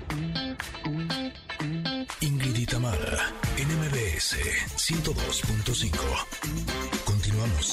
Ingrid y Tamara, NMBS 102.5. Continuamos.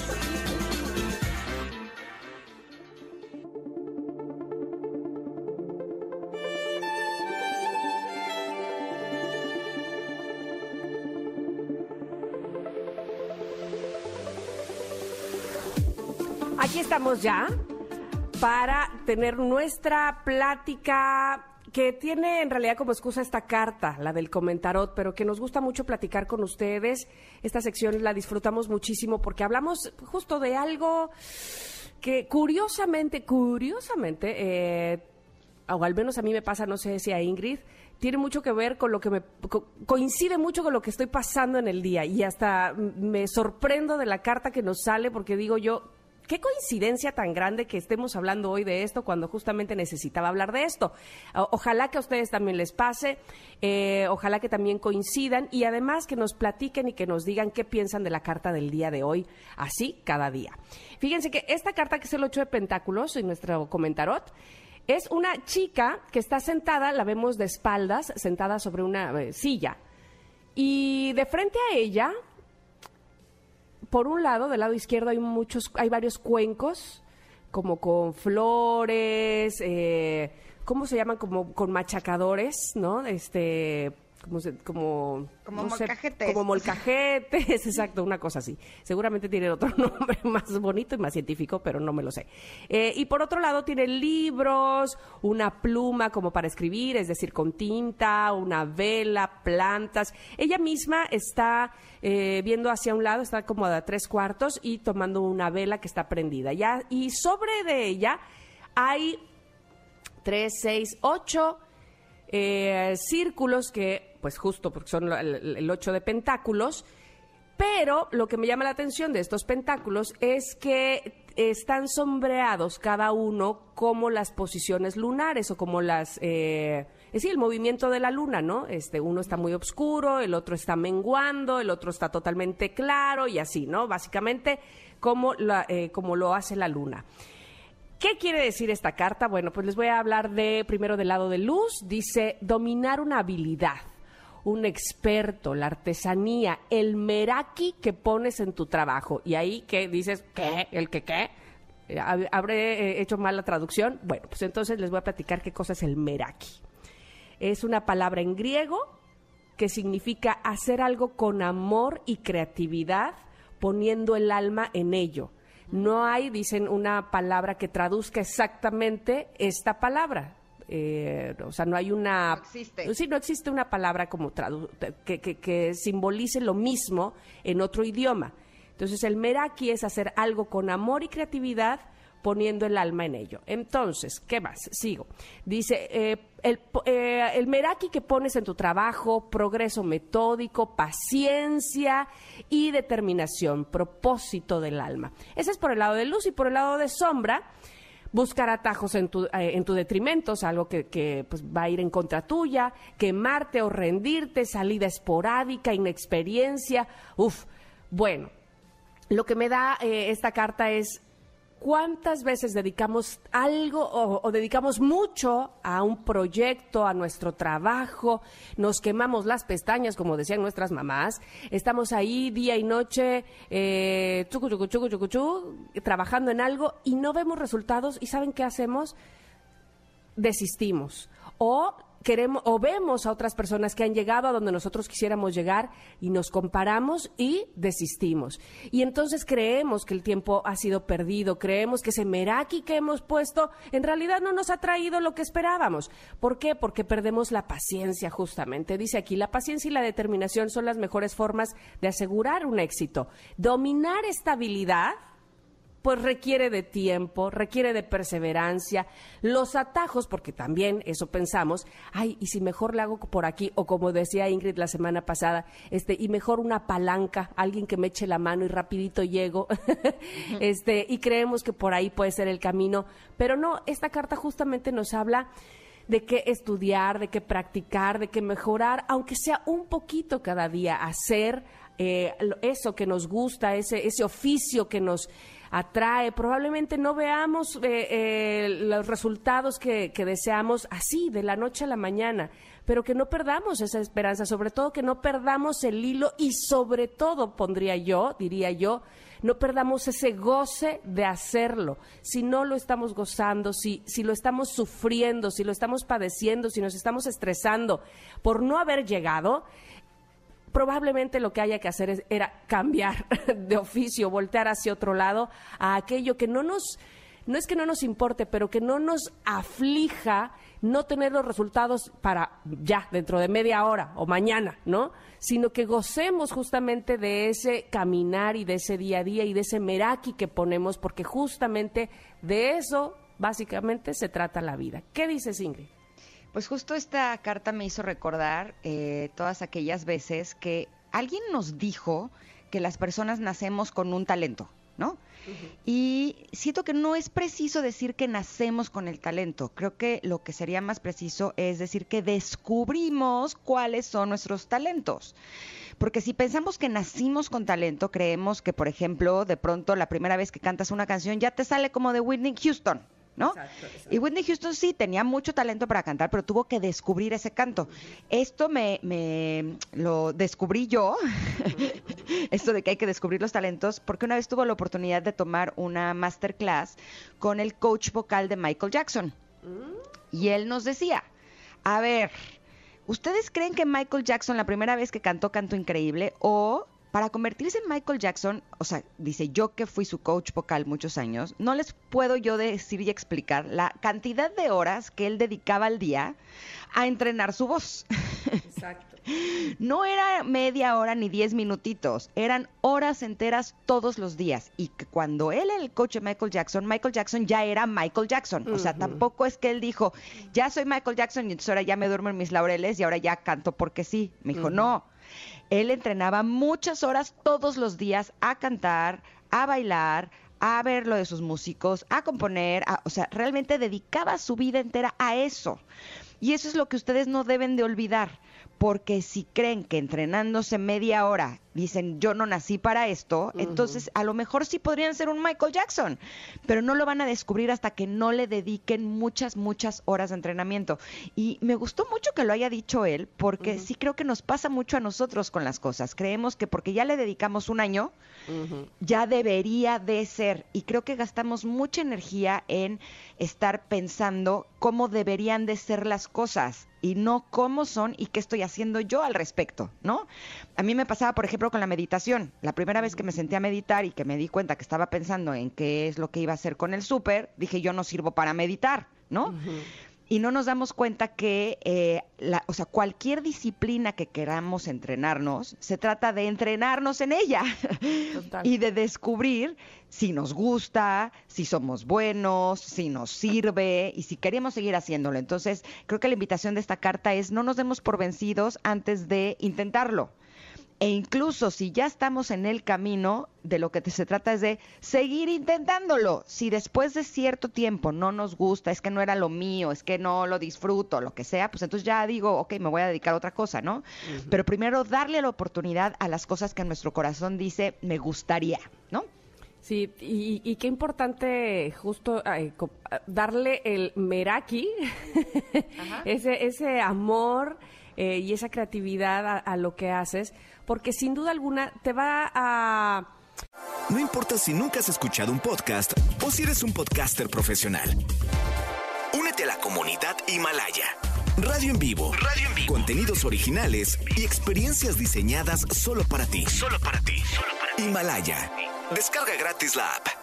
Aquí estamos ya para tener nuestra plática que tiene en realidad como excusa esta carta, la del comentarot, pero que nos gusta mucho platicar con ustedes. Esta sección la disfrutamos muchísimo porque hablamos justo de algo que curiosamente, o al menos a mí me pasa, no sé si a Ingrid, tiene mucho que ver con lo que coincide mucho con lo que estoy pasando en el día, y hasta me sorprendo de la carta que nos sale porque digo yo, qué coincidencia tan grande que estemos hablando hoy de esto cuando justamente necesitaba hablar de esto. Ojalá que a ustedes también les pase, ojalá que también coincidan y además que nos platiquen y que nos digan qué piensan de la carta del día de hoy, así cada día. Fíjense que esta carta, que es el 8 de Pentáculos en nuestro comentarot, es una chica que está sentada, la vemos de espaldas, sentada sobre una silla, y de frente a ella, por un lado, del lado izquierdo hay varios cuencos, como con flores, ¿cómo se llaman? Como con machacadores, ¿no? Como molcajetes. Como molcajetes, exacto, una cosa así. Seguramente tiene otro nombre más bonito y más científico, pero no me lo sé. Y por otro lado tiene libros, una pluma como para escribir, es decir, con tinta, una vela, plantas. Ella misma está viendo hacia un lado, está como a 3/4 y tomando una vela que está prendida. Y sobre de ella hay 3, 6, 8 círculos que, pues justo porque son el 8 de pentáculos, pero lo que me llama la atención de estos pentáculos es que están sombreados cada uno como las posiciones lunares o como es decir, el movimiento de la luna, ¿no? Uno está muy oscuro, el otro está menguando, el otro está totalmente claro y así, ¿no? Básicamente como lo hace la luna. ¿Qué quiere decir esta carta? Bueno, pues les voy a hablar primero del lado de luz. Dice, dominar una habilidad, un experto, la artesanía, el meraki que pones en tu trabajo. Y ahí, ¿qué dices? ¿Qué? ¿El qué? ¿Habré hecho mal la traducción? Bueno, pues entonces les voy a platicar qué cosa es el meraki. Es una palabra en griego que significa hacer algo con amor y creatividad, poniendo el alma en ello. No hay, dicen, una palabra que traduzca exactamente esta palabra. O sea, no hay una... No existe. Sí, no existe una palabra como que simbolice lo mismo en otro idioma. Entonces, el meraki es hacer algo con amor y creatividad, poniendo el alma en ello. Entonces, ¿qué más? Sigo. Dice, el meraki que pones en tu trabajo, progreso metódico, paciencia y determinación, propósito del alma. Ese es por el lado de luz, y por el lado de sombra, buscar atajos en tu detrimento, o sea, algo que pues, va a ir en contra tuya, quemarte o rendirte, salida esporádica, inexperiencia. Bueno, lo que me da esta carta es ¿cuántas veces dedicamos algo o dedicamos mucho a un proyecto, a nuestro trabajo? Nos quemamos las pestañas, como decían nuestras mamás. Estamos ahí día y noche, trabajando en algo y no vemos resultados. ¿Y saben qué hacemos? Desistimos. O vemos a otras personas que han llegado a donde nosotros quisiéramos llegar y nos comparamos y desistimos. Y entonces creemos que el tiempo ha sido perdido, creemos que ese meraki que hemos puesto en realidad no nos ha traído lo que esperábamos. ¿Por qué? Porque perdemos la paciencia, justamente. Dice aquí, la paciencia y la determinación son las mejores formas de asegurar un éxito. Dominar esta habilidad pues requiere de tiempo, requiere de perseverancia, los atajos, porque también eso pensamos, y si mejor le hago por aquí, o como decía Ingrid la semana pasada, y mejor una palanca, alguien que me eche la mano y rapidito llego, y creemos que por ahí puede ser el camino, pero no, esta carta justamente nos habla de qué estudiar, de qué practicar, de qué mejorar, aunque sea un poquito cada día, hacer eso que nos gusta, ese oficio que nos atrae, probablemente no veamos los resultados que deseamos así, de la noche a la mañana, pero que no perdamos esa esperanza, sobre todo que no perdamos el hilo y sobre todo, diría yo, no perdamos ese goce de hacerlo. Si no lo estamos gozando, si lo estamos sufriendo, si lo estamos padeciendo, si nos estamos estresando por no haber llegado, probablemente lo que haya que hacer era cambiar de oficio, voltear hacia otro lado, a aquello que no es que no nos importe, pero que no nos aflija no tener los resultados para ya, dentro de media hora o mañana, ¿no? Sino que gocemos justamente de ese caminar y de ese día a día y de ese meraki que ponemos, porque justamente de eso, básicamente, se trata la vida. ¿Qué dices, Ingrid? Pues justo esta carta me hizo recordar todas aquellas veces que alguien nos dijo que las personas nacemos con un talento, ¿no? Uh-huh. Y siento que no es preciso decir que nacemos con el talento. Creo que lo que sería más preciso es decir que descubrimos cuáles son nuestros talentos. Porque si pensamos que nacimos con talento, creemos que, por ejemplo, de pronto la primera vez que cantas una canción ya te sale como de Whitney Houston, ¿no? Exacto. Y Whitney Houston sí tenía mucho talento para cantar, pero tuvo que descubrir ese canto. Uh-huh. Esto me lo descubrí yo, uh-huh. Esto de que hay que descubrir los talentos, porque una vez tuve la oportunidad de tomar una masterclass con el coach vocal de Michael Jackson. Uh-huh. Y él nos decía, a ver, ¿ustedes creen que Michael Jackson la primera vez que cantó increíble? O para convertirse en Michael Jackson, o sea, dice, yo que fui su coach vocal muchos años, no les puedo yo decir y explicar la cantidad de horas que él dedicaba al día a entrenar su voz. Exacto. No era media hora ni 10 minutitos, eran horas enteras todos los días. Y que cuando él era el coach de Michael Jackson ya era Michael Jackson. Uh-huh. O sea, tampoco es que él dijo, ya soy Michael Jackson y entonces ahora ya me duermo en mis laureles y ahora ya canto porque sí. Me dijo, uh-huh. No. Él entrenaba muchas horas todos los días a cantar, a bailar, a ver lo de sus músicos, a componer, o sea, realmente dedicaba su vida entera a eso. Y eso es lo que ustedes no deben de olvidar, porque si creen que entrenándose media hora dicen yo no nací para esto, uh-huh. Entonces a lo mejor sí podrían ser un Michael Jackson, pero no lo van a descubrir hasta que no le dediquen muchas horas de entrenamiento. Y me gustó mucho que lo haya dicho él, porque uh-huh. Sí creo que nos pasa mucho a nosotros con las cosas. Creemos que porque ya le dedicamos un año, uh-huh. Ya debería de ser. Y creo que gastamos mucha energía en estar pensando cómo deberían de ser las cosas y no cómo son y qué estoy haciendo yo al respecto, ¿no? A mí me pasaba, por ejemplo, con la meditación. La primera vez que me senté a meditar y que me di cuenta que estaba pensando en qué es lo que iba a hacer con el súper, dije, yo no sirvo para meditar, ¿no? Uh-huh. Y no nos damos cuenta que, o sea, cualquier disciplina que queramos entrenarnos, se trata de entrenarnos en ella. Total. Y de descubrir si nos gusta, si somos buenos, si nos sirve y si queremos seguir haciéndolo. Entonces, creo que la invitación de esta carta es no nos demos por vencidos antes de intentarlo. E incluso si ya estamos en el camino, de lo que se trata es de seguir intentándolo. Si después de cierto tiempo no nos gusta, es que no era lo mío, es que no lo disfruto, lo que sea, pues entonces ya digo, ok, me voy a dedicar a otra cosa, ¿no? Uh-huh. Pero primero darle la oportunidad a las cosas que nuestro corazón dice, me gustaría, ¿no? Sí, y qué importante justo darle el meraki, ese amor y esa creatividad a lo que haces, porque sin duda alguna te va a... No importa si nunca has escuchado un podcast o si eres un podcaster profesional. Únete a la comunidad Himalaya. Radio en vivo. Contenidos originales y experiencias diseñadas solo para ti. Himalaya. Descarga gratis la app.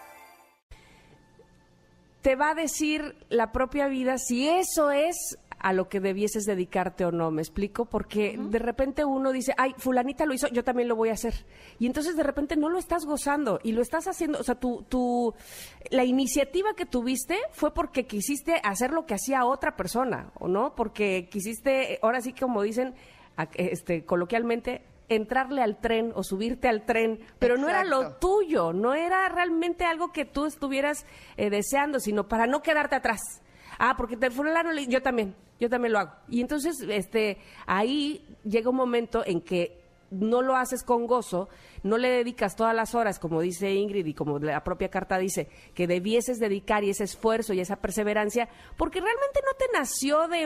Te va a decir la propia vida si eso es a lo que debieses dedicarte o no, ¿me explico? Porque uh-huh. De repente uno dice, ay, fulanita lo hizo, yo también lo voy a hacer. Y entonces de repente no lo estás gozando y lo estás haciendo, o sea, la iniciativa que tuviste fue porque quisiste hacer lo que hacía otra persona, ¿o no? Porque quisiste, ahora sí como dicen, coloquialmente, entrarle al tren o subirte al tren, pero Exacto. No era lo tuyo, no era realmente algo que tú estuvieras deseando, sino para no quedarte atrás. Ah, porque fulano, yo también lo hago. Y entonces ahí llega un momento en que no lo haces con gozo, no le dedicas todas las horas, como dice Ingrid y como la propia carta dice, que debieses dedicar y ese esfuerzo y esa perseverancia, porque realmente no te nació de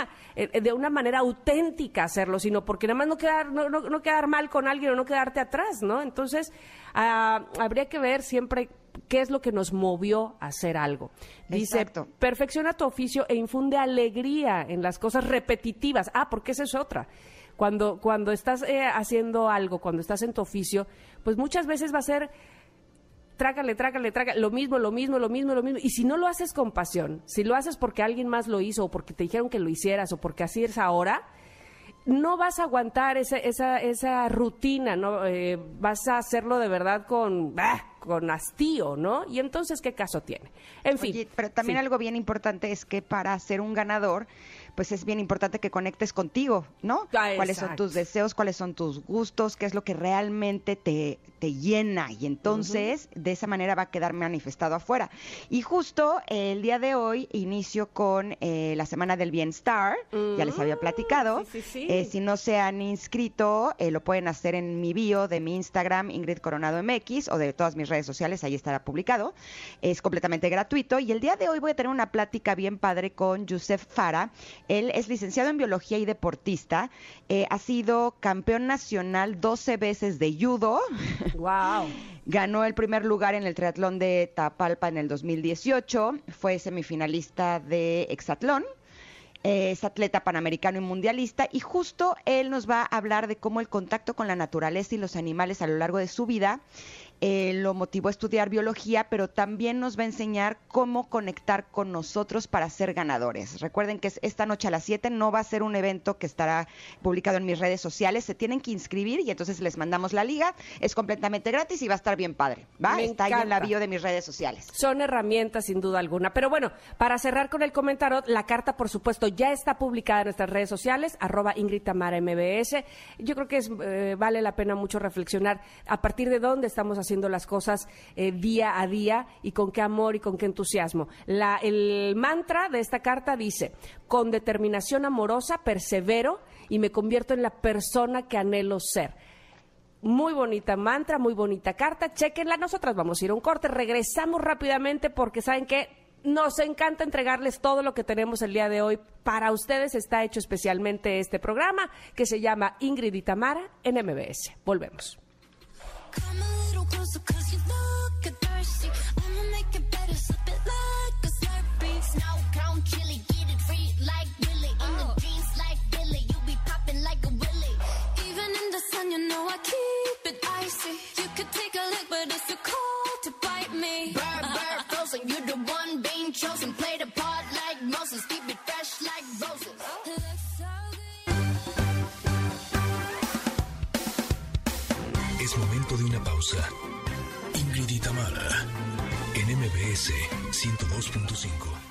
una manera auténtica hacerlo, sino porque nada más no quedar mal con alguien o no quedarte atrás, ¿no? Entonces, habría que ver siempre qué es lo que nos movió a hacer algo. Dice, exacto, perfecciona tu oficio e infunde alegría en las cosas repetitivas. Porque esa es otra. Cuando estás haciendo algo, cuando estás en tu oficio, pues muchas veces va a ser trágale, lo mismo. Y si no lo haces con pasión, si lo haces porque alguien más lo hizo o porque te dijeron que lo hicieras o porque así es ahora, no vas a aguantar esa rutina, ¿no? Vas a hacerlo de verdad con hastío, ¿no? Y entonces, ¿qué caso tiene? En fin. Oye, pero también algo bien importante es que para ser un ganador, pues es bien importante que conectes contigo, ¿no? ¿Cuáles son tus deseos? ¿Cuáles son tus gustos? ¿Qué es lo que realmente te llena? Y entonces, de esa manera va a quedar manifestado afuera. Y justo el día de hoy inicio con la Semana del Bienestar. Ya les había platicado. Sí. Si no se han inscrito, lo pueden hacer en mi bio de mi Instagram, Ingrid Coronado MX, o de todas mis redes sociales, ahí estará publicado. Es completamente gratuito. Y el día de hoy voy a tener una plática bien padre con Youssef Farah. Él es licenciado en biología y deportista. Ha sido campeón nacional 12 veces de judo. ¡Wow! Ganó el primer lugar en el triatlón de Tapalpa en el 2018. Fue semifinalista de hexatlón. Es atleta panamericano y mundialista. Y justo él nos va a hablar de cómo el contacto con la naturaleza y los animales a lo largo de su vida lo motivó a estudiar biología, pero también nos va a enseñar cómo conectar con nosotros para ser ganadores. Recuerden que es esta noche a las 7, no va a ser un evento que estará publicado en mis redes sociales, se tienen que inscribir y entonces les mandamos la liga, es completamente gratis y va a estar bien padre, ¿va? Está ahí en la bio de mis redes sociales. Son herramientas sin duda alguna, pero bueno, para cerrar con el comentario, la carta por supuesto ya está publicada en nuestras redes sociales, @IngridTamaraMBS. Yo creo que vale la pena mucho reflexionar a partir de dónde estamos haciendo las cosas día a día y con qué amor y con qué entusiasmo. El mantra de esta carta dice: con determinación amorosa persevero y me convierto en la persona que anhelo ser. Muy bonita mantra, muy bonita carta, chéquenla. Nosotras vamos a ir a un corte, regresamos rápidamente porque saben que nos encanta entregarles todo lo que tenemos el día de hoy. Para ustedes está hecho especialmente este programa que se llama Ingrid y Tamara en MBS. Volvemos. Come a little closer 'cause you look thirsty. I'ma make it better, slip it like a Slurpee. Snow cone chili, get it free like Willy. In the jeans like Billy, you be popping like a Willy. Even in the sun, you know I keep it icy. You could take a lick, but it's too cold to bite me. Bird, frozen, you're the one being chosen. Play the part like Moses, keep it fresh like roses. Es momento de una pausa. Ingrid y Tamara, en MBS 102.5.